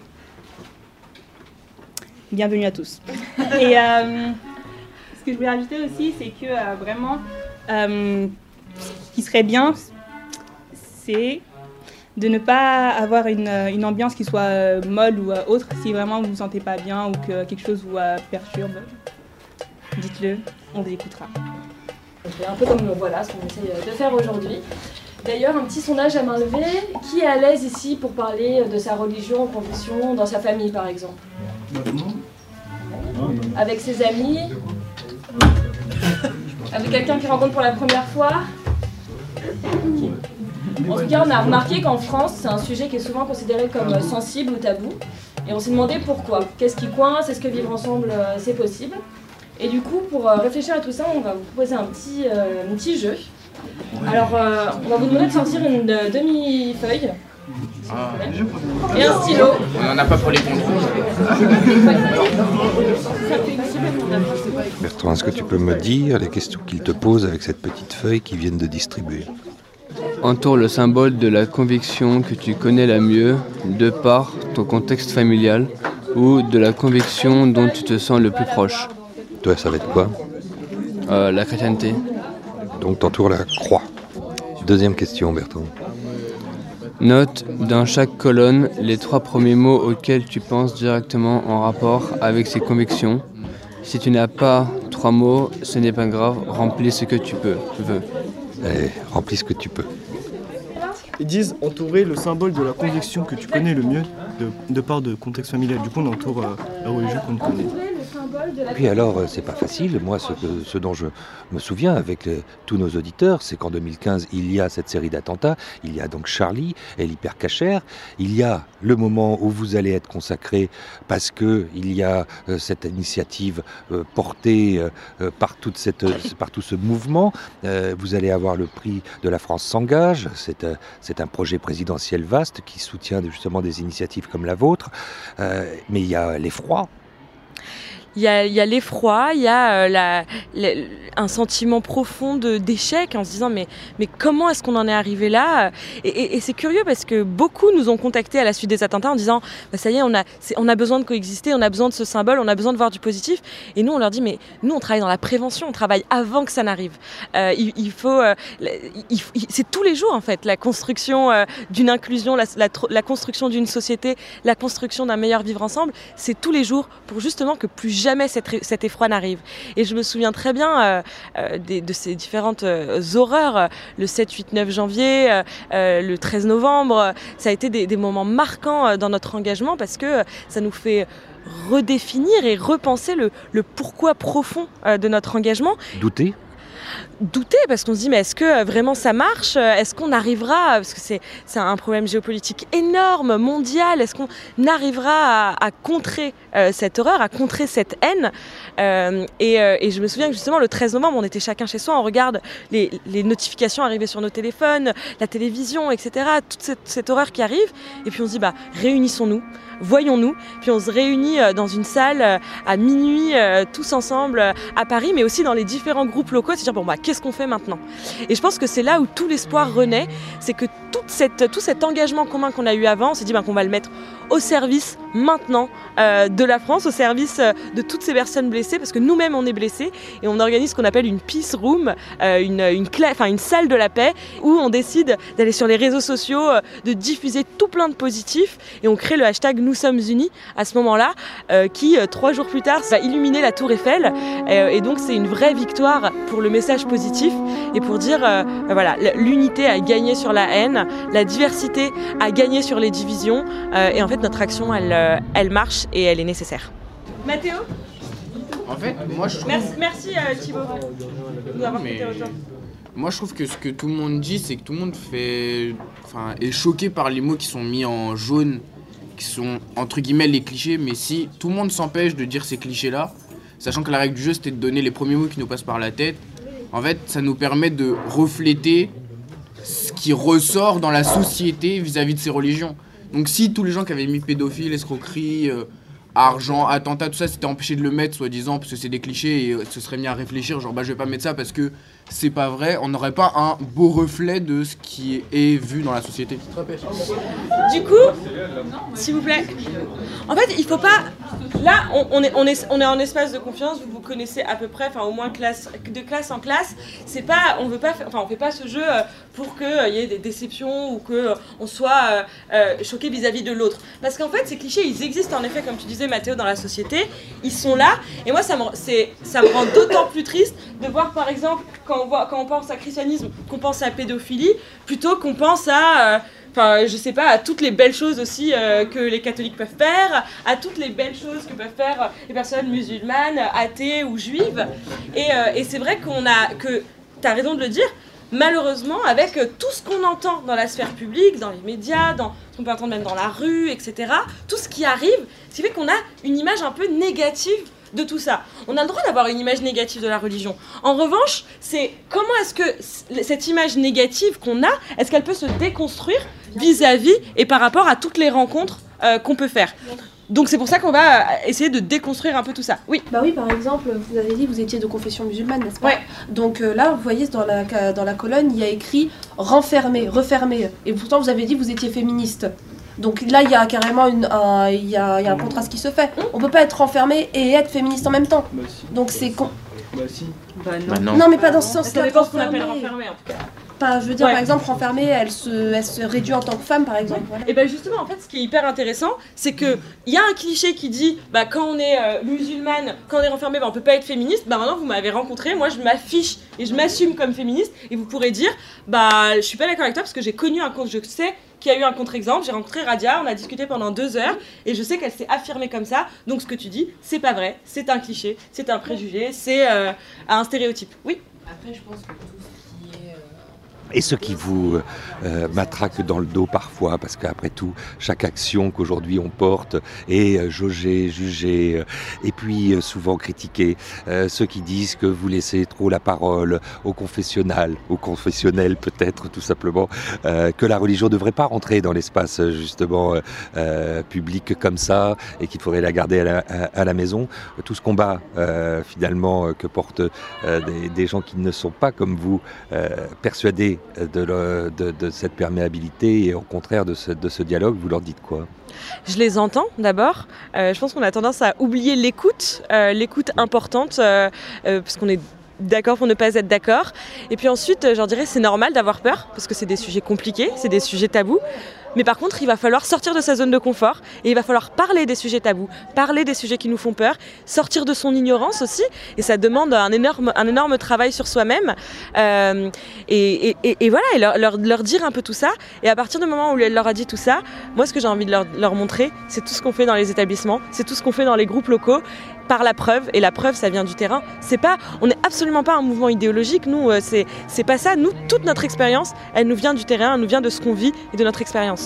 Bienvenue à tous. Et ce que je voulais rajouter aussi, c'est que vraiment, ce qui serait bien, c'est de ne pas avoir une ambiance qui soit molle ou autre. Si vraiment vous ne vous sentez pas bien ou que quelque chose vous perturbe, dites-le, on vous écoutera. Un peu comme voilà, ce qu'on essaie de faire aujourd'hui. D'ailleurs, un petit sondage à main levée. Qui est à l'aise ici pour parler de sa religion, confession, dans sa famille par exemple? Avec ses amis? Avec quelqu'un qu'il rencontre pour la première fois? En tout cas, on a remarqué qu'en France, c'est un sujet qui est souvent considéré comme sensible ou tabou. Et on s'est demandé pourquoi. Qu'est-ce qui coince? Est-ce que vivre ensemble, c'est possible? Et du coup, pour réfléchir à tout ça, on va vous proposer un petit jeu. Alors, on va vous demander de sortir une demi-feuille. Et un stylo. On n'en a pas pour les contrôles. Bertrand, est-ce que tu peux me dire les questions qu'ils te posent avec cette petite feuille qu'ils viennent de distribuer? Entoure le symbole de la conviction que tu connais la mieux, de par ton contexte familial, ou de la conviction dont tu te sens le plus proche. Toi, ça va être quoi? La chrétienté. Donc t'entoures la croix. Deuxième question, Bertrand. Note dans chaque colonne les 3 premiers mots auxquels tu penses directement en rapport avec ces convictions. Si tu n'as pas 3 mots, ce n'est pas grave, remplis ce que tu veux. Allez, remplis ce que tu peux. Ils disent entourer le symbole de la conviction que tu connais le mieux, de part de contexte familial. Du coup, on entoure la religion qu'on connaît. Puis alors, c'est pas facile. Moi, ce dont je me souviens avec tous nos auditeurs, c'est qu'en 2015, il y a cette série d'attentats. Il y a donc Charlie et l'hypercacher. Il y a le moment où vous allez être consacré parce que il y a cette initiative portée par tout ce mouvement. Vous allez avoir le prix de La France s'engage. C'est un projet présidentiel vaste qui soutient justement des initiatives comme la vôtre. Mais il y a l'effroi. Il y a l'effroi, il y a un sentiment profond d'échec en se disant mais comment est-ce qu'on en est arrivé là? Et c'est curieux parce que beaucoup nous ont contactés à la suite des attentats en disant ça y est, on a besoin de coexister, on a besoin de ce symbole, on a besoin de voir du positif. Et nous on leur dit mais nous on travaille dans la prévention, on travaille avant que ça n'arrive. C'est tous les jours en fait la construction d'une inclusion, la construction d'une société, la construction d'un meilleur vivre ensemble, c'est tous les jours pour justement que plus jamais cet effroi n'arrive. Et je me souviens très bien de ces différentes horreurs, le 7, 8, 9 janvier, le 13 novembre, ça a été des moments marquants dans notre engagement parce que ça nous fait redéfinir et repenser le pourquoi profond de notre engagement. Douter parce qu'on se dit mais est-ce que vraiment ça marche? Est-ce qu'on arrivera, parce que c'est un problème géopolitique énorme, mondial, est-ce qu'on arrivera à contrer cette horreur, à contrer cette haine? Et je me souviens que justement le 13 novembre on était chacun chez soi, on regarde les notifications arriver sur nos téléphones, la télévision, etc., toute cette horreur qui arrive, et puis on se dit réunissons-nous, voyons-nous, puis on se réunit dans une salle à minuit tous ensemble à Paris, mais aussi dans les différents groupes locaux, c'est-à-dire qu'est-ce qu'on fait maintenant? Et je pense que c'est là où tout l'espoir renaît, c'est que tout cet engagement commun qu'on a eu avant, on s'est dit qu'on va le mettre au service maintenant de la France, au service de toutes ces personnes blessées, parce que nous-mêmes on est blessés, et on organise ce qu'on appelle une peace room, une salle de la paix, où on décide d'aller sur les réseaux sociaux, de diffuser tout plein de positifs, et on crée le hashtag Nous sommes unis à ce moment-là, qui 3 jours plus tard va illuminer la Tour Eiffel, et donc c'est une vraie victoire pour le message positif, et pour dire l'unité a gagné sur la haine, la diversité a gagné sur les divisions, et en fait notre action elle marche et elle est nécessaire. Mathéo? En fait, moi je trouve... Merci Thibaut de nous avoir prêté autant. Moi je trouve que ce que tout le monde dit, c'est que tout le monde est choqué par les mots qui sont mis en jaune, qui sont entre guillemets les clichés, mais si tout le monde s'empêche de dire ces clichés-là, sachant que la règle du jeu c'était de donner les premiers mots qui nous passent par la tête, en fait ça nous permet de refléter ce qui ressort dans la société vis-à-vis de ces religions. Donc si tous les gens qui avaient mis pédophile, escroquerie, argent, attentat, tout ça, c'était empêché de le mettre, soi-disant, parce que c'est des clichés, et se serait mis à réfléchir, genre, je vais pas mettre ça parce que c'est pas vrai, on n'aurait pas un beau reflet de ce qui est vu dans la société. Du coup, s'il vous plaît, en fait, il faut pas... Là, on est en espace de confiance, vous vous connaissez à peu près, enfin au moins de classe en classe. C'est pas, on fait pas ce jeu pour qu'il y ait des déceptions ou qu'on soit choqué vis-à-vis de l'autre. Parce qu'en fait, ces clichés, ils existent en effet, comme tu disais Mathéo, dans la société. Ils sont là, et moi, ça me rend d'autant plus triste de voir, par exemple, quand on pense à christianisme, qu'on pense à pédophilie, plutôt qu'on pense à... je sais pas, à toutes les belles choses aussi que les catholiques peuvent faire, à toutes les belles choses que peuvent faire les personnes musulmanes, athées ou juives. Et c'est vrai que t'as raison de le dire, malheureusement, avec tout ce qu'on entend dans la sphère publique, dans les médias, dans ce qu'on peut entendre même dans la rue, etc., tout ce qui arrive, ce qui fait qu'on a une image un peu négative de tout ça. On a le droit d'avoir une image négative de la religion. En revanche, c'est comment est-ce que cette image négative qu'on a, est-ce qu'elle peut se déconstruire vis-à-vis et par rapport à toutes les rencontres qu'on peut faire. Donc c'est pour ça qu'on va essayer de déconstruire un peu tout ça. Oui. Bah oui, par exemple, vous avez dit que vous étiez de confession musulmane, n'est-ce pas? Ouais. Donc là, vous voyez, dans la colonne, il y a écrit « renfermer »,« refermer ». Et pourtant, vous avez dit que vous étiez féministe. Donc là, il y a carrément un contraste qui se fait. On peut pas être renfermé et être féministe en même temps. Bah si. Donc c'est con. Bah si. Bah non. Non, mais pas dans ce sens-là. Ça dépend ce qu'on appelle renfermé en tout cas. Enfin, je veux dire, par exemple, renfermée, elle se réduit en tant que femme, par exemple. Voilà. Et bien justement, en fait, ce qui est hyper intéressant, c'est qu'il y a un cliché qui dit quand on est musulmane, quand on est renfermé, on peut pas être féministe. Maintenant, vous m'avez rencontré, moi je m'affiche et je m'assume comme féministe. Et vous pourrez dire, je suis pas d'accord avec toi parce que j'ai connu je sais qu'il y a eu un contre-exemple. J'ai rencontré Radia, on a discuté pendant 2 heures et je sais qu'elle s'est affirmée comme ça. Donc ce que tu dis, c'est pas vrai, c'est un cliché, c'est un préjugé, c'est un stéréotype. Oui. Après, je pense que tout ce qui est... Et ceux qui vous matraquent dans le dos parfois, parce qu'après tout, chaque action qu'aujourd'hui on porte est jaugée, jugée, et puis souvent critiquée. Ceux qui disent que vous laissez trop la parole aux confessionnels peut-être tout simplement, que la religion ne devrait pas rentrer dans l'espace justement public comme ça, et qu'il faudrait la garder à la maison. Tout ce combat finalement que portent des gens qui ne sont pas comme vous, persuadés de cette perméabilité et au contraire de ce dialogue, vous leur dites quoi? Je les entends d'abord. Je pense qu'on a tendance à oublier l'écoute importante, parce qu'on est d'accord pour ne pas être d'accord. Et puis ensuite, je leur dirais, c'est normal d'avoir peur, parce que c'est des sujets compliqués, c'est des sujets tabous. Mais par contre, il va falloir sortir de sa zone de confort et il va falloir parler des sujets tabous, parler des sujets qui nous font peur, sortir de son ignorance aussi. Et ça demande un énorme travail sur soi-même. Et voilà, et leur dire un peu tout ça. Et à partir du moment où elle leur a dit tout ça, moi, ce que j'ai envie de leur montrer, c'est tout ce qu'on fait dans les établissements, c'est tout ce qu'on fait dans les groupes locaux, par la preuve. Et la preuve, ça vient du terrain. On n'est absolument pas un mouvement idéologique. Nous, c'est pas ça. Nous, toute notre expérience, elle nous vient du terrain, elle nous vient de ce qu'on vit et de notre expérience.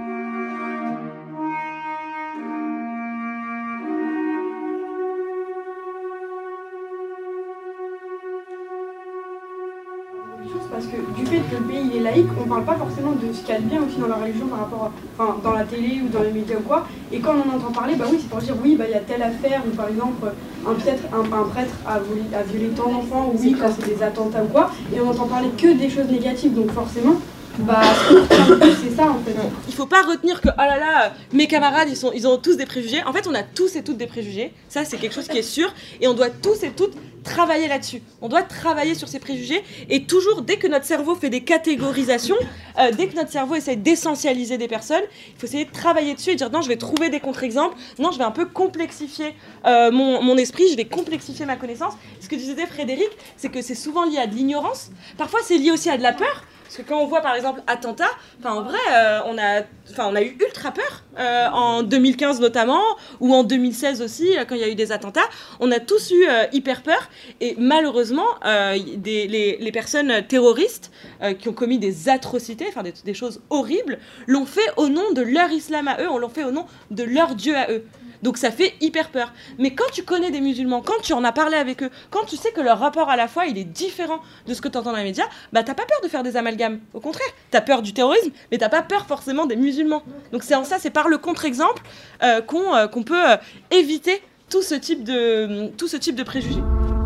Parce que du fait que le pays il est laïque, on parle pas forcément de ce qu'il y a de bien aussi dans la religion par rapport à, dans la télé ou dans les médias ou quoi. Et quand on en entend parler, oui, c'est pour dire oui, il y a telle affaire où par exemple un prêtre a violé tant d'enfants, ou oui, quand c'est des attentats ou quoi. Et on entend parler que des choses négatives, donc forcément. C'est ça en fait. Il faut pas retenir que oh là là, mes camarades ils ont tous des préjugés. En fait, on a tous et toutes des préjugés. Ça, c'est quelque chose qui est sûr. Et on doit tous et toutes travailler là-dessus. On doit travailler sur ces préjugés. Et toujours, dès que notre cerveau fait des catégorisations, dès que notre cerveau essaie d'essentialiser des personnes, il faut essayer de travailler dessus et dire non, je vais trouver des contre-exemples. Non, je vais un peu complexifier mon esprit. Je vais complexifier ma connaissance. Ce que disait Frédéric, c'est que c'est souvent lié à de l'ignorance. Parfois, c'est lié aussi à de la peur. Parce que quand on voit par exemple attentat, en vrai, on a eu ultra peur en 2015 notamment, ou en 2016 aussi, quand il y a eu des attentats. On a tous eu hyper peur. Et malheureusement, les personnes terroristes qui ont commis des atrocités, des choses horribles, l'ont fait au nom de leur islam à eux, on l'ont fait au nom de leur Dieu à eux. Donc ça fait hyper peur. Mais quand tu connais des musulmans, quand tu en as parlé avec eux, quand tu sais que leur rapport à la foi, il est différent de ce que tu entends dans les médias, bah t'as pas peur de faire des amalgames. Au contraire, t'as peur du terrorisme, mais t'as pas peur forcément des musulmans. Donc c'est en ça, c'est par le contre-exemple qu'on peut éviter tout ce type de préjugés.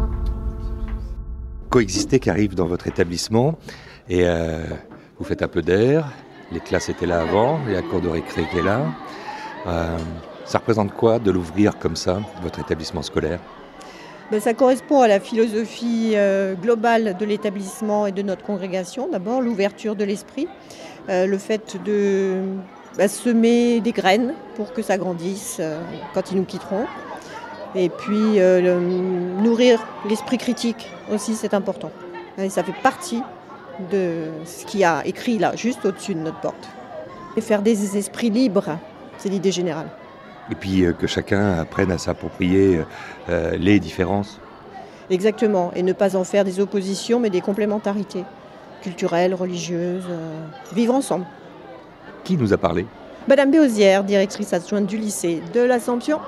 Coexister qui arrive dans votre établissement et vous faites un peu d'air, les classes étaient là avant, il y a la cour de récré qui est là. Ça représente quoi de l'ouvrir comme ça, votre établissement scolaire ? Ça correspond à la philosophie globale de l'établissement et de notre congrégation. D'abord, l'ouverture de l'esprit, le fait de semer des graines pour que ça grandisse quand ils nous quitteront. Et puis, nourrir l'esprit critique aussi, c'est important. Et ça fait partie de ce qu'il y a écrit là, juste au-dessus de notre porte. Et faire des esprits libres, c'est l'idée générale. Et puis que chacun apprenne à s'approprier les différences. Exactement, et ne pas en faire des oppositions, mais des complémentarités culturelles, religieuses, vivre ensemble. Qui nous a parlé ? Madame Béosière, directrice adjointe du lycée de l'Assomption.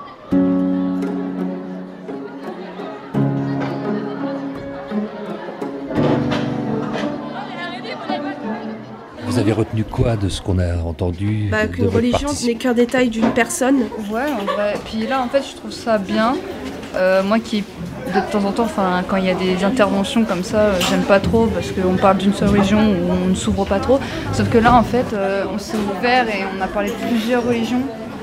Vous avez retenu quoi de ce qu'on a entendu ? Qu'une religion n'est qu'un détail d'une personne. Ouais, en vrai. Puis là, en fait, je trouve ça bien. Moi qui, de temps en temps, quand il y a des interventions comme ça, j'aime pas trop parce qu'on parle d'une seule religion où on ne s'ouvre pas trop. Sauf que là, en fait, on s'est ouvert et on a parlé de plusieurs religions.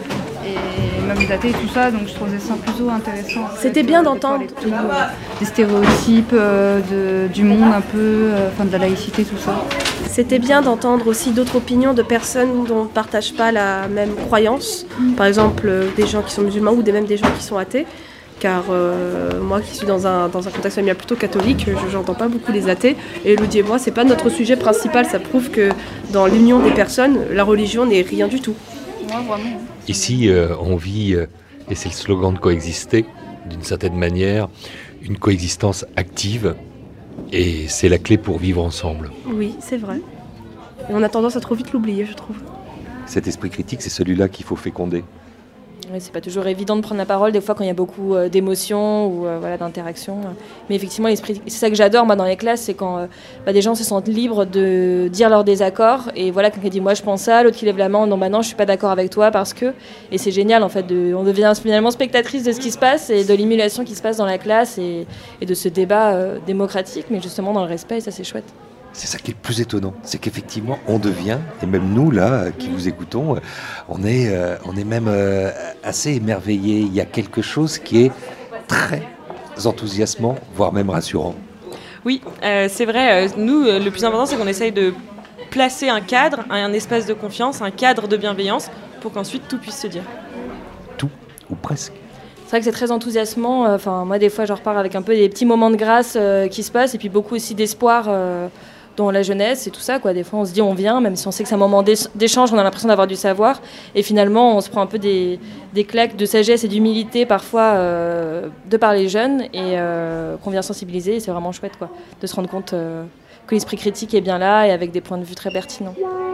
Et même les athées et tout ça, donc je trouvais ça plutôt intéressant. C'était bien d'entendre des stéréotypes du monde un peu, de la laïcité, tout ça. C'était bien d'entendre aussi d'autres opinions de personnes dont on ne partage pas la même croyance. Par exemple, des gens qui sont musulmans ou même des gens qui sont athées. Car moi qui suis dans un contexte familial plutôt catholique, je n'entends pas beaucoup les athées. Et Elodie et moi, c'est pas notre sujet principal. Ça prouve que dans l'union des personnes, la religion n'est rien du tout. Ouais, vraiment. Ici, on vit, et c'est le slogan de coexister, d'une certaine manière, une coexistence active. Et c'est la clé pour vivre ensemble. Oui, c'est vrai. Et on a tendance à trop vite l'oublier, je trouve. Cet esprit critique, c'est celui-là qu'il faut féconder. Oui, c'est pas toujours évident de prendre la parole, des fois quand il y a beaucoup d'émotions ou d'interactions. Mais effectivement, l'esprit, c'est ça que j'adore moi dans les classes, c'est quand des gens se sentent libres de dire leur désaccord. Et voilà, quelqu'un dit moi je pense ça, l'autre qui lève la main, non je suis pas d'accord avec toi parce que. Et c'est génial en fait, on devient finalement spectatrice de ce qui se passe et de l'émulation qui se passe dans la classe et de ce débat démocratique, mais justement dans le respect, et ça c'est chouette. C'est ça qui est le plus étonnant, c'est qu'effectivement on devient, et même nous là qui vous écoutons, on est même assez émerveillés. Il y a quelque chose qui est très enthousiasmant, voire même rassurant. Oui, c'est vrai. Nous, le plus important c'est qu'on essaye de placer un cadre, un espace de confiance, un cadre de bienveillance pour qu'ensuite tout puisse se dire. Tout, ou presque. C'est vrai que c'est très enthousiasmant. Moi, des fois, je repars avec un peu des petits moments de grâce qui se passent et puis beaucoup aussi d'espoir dans la jeunesse et tout ça, quoi. Des fois, on se dit on vient, même si on sait que c'est un moment d'échange, on a l'impression d'avoir du savoir. Et finalement, on se prend un peu des claques de sagesse et d'humilité parfois de par les jeunes et qu'on vient sensibiliser. Et c'est vraiment chouette, quoi, de se rendre compte que l'esprit critique est bien là et avec des points de vue très pertinents.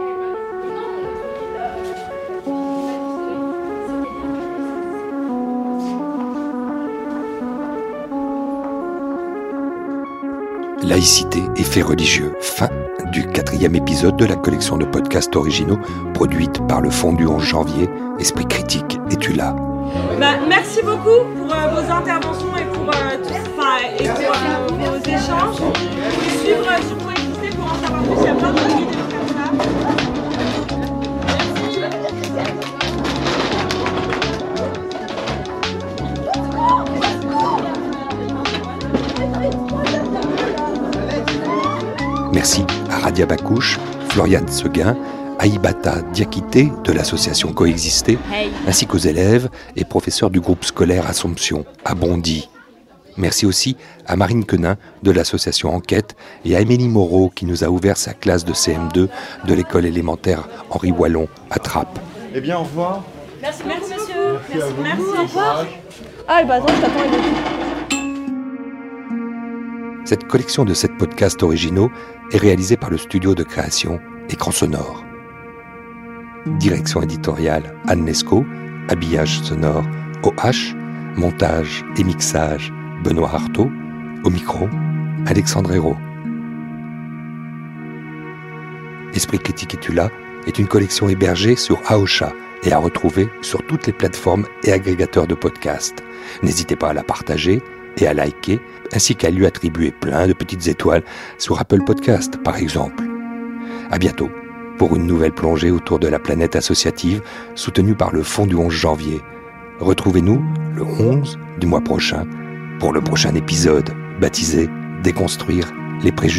Laïcité et faits religieux. Fin du 4e épisode de la collection de podcasts originaux produite par le Fonds du 11 janvier. Esprit critique, es-tu là ? Merci beaucoup pour vos interventions et pour vos échanges. Suivre sur Coexister pour en savoir plus. Il y a plein de vidéos comme ça. Merci à Radia Bakouche, Floriane Seguin, Aïbata Diakité de l'association Coexister, ainsi qu'aux élèves et professeurs du groupe scolaire Assomption à Bondy. Merci aussi à Marine Quenin de l'association Enquête et à Émilie Moreau qui nous a ouvert sa classe de CM2 de l'école élémentaire Henri Wallon à Trappes. Eh bien, au revoir. Merci monsieur. Merci. Au revoir. Attends, je t'attends. Cette collection de 7 podcasts originaux est réalisée par le studio de création Écran Sonore. Direction éditoriale Anne Lescaut, habillage sonore OH, montage et mixage, Benoît Artaud. Au micro, Alexandre Hérault. Esprit critique es-tu là est une collection hébergée sur Aosha et à retrouver sur toutes les plateformes et agrégateurs de podcasts. N'hésitez pas à la partager et à liker, ainsi qu'à lui attribuer plein de petites étoiles sur Apple Podcast, par exemple. À bientôt pour une nouvelle plongée autour de la planète associative soutenue par le Fonds du 11 janvier. Retrouvez-nous le 11 du mois prochain pour le prochain épisode baptisé « Déconstruire les préjugés ».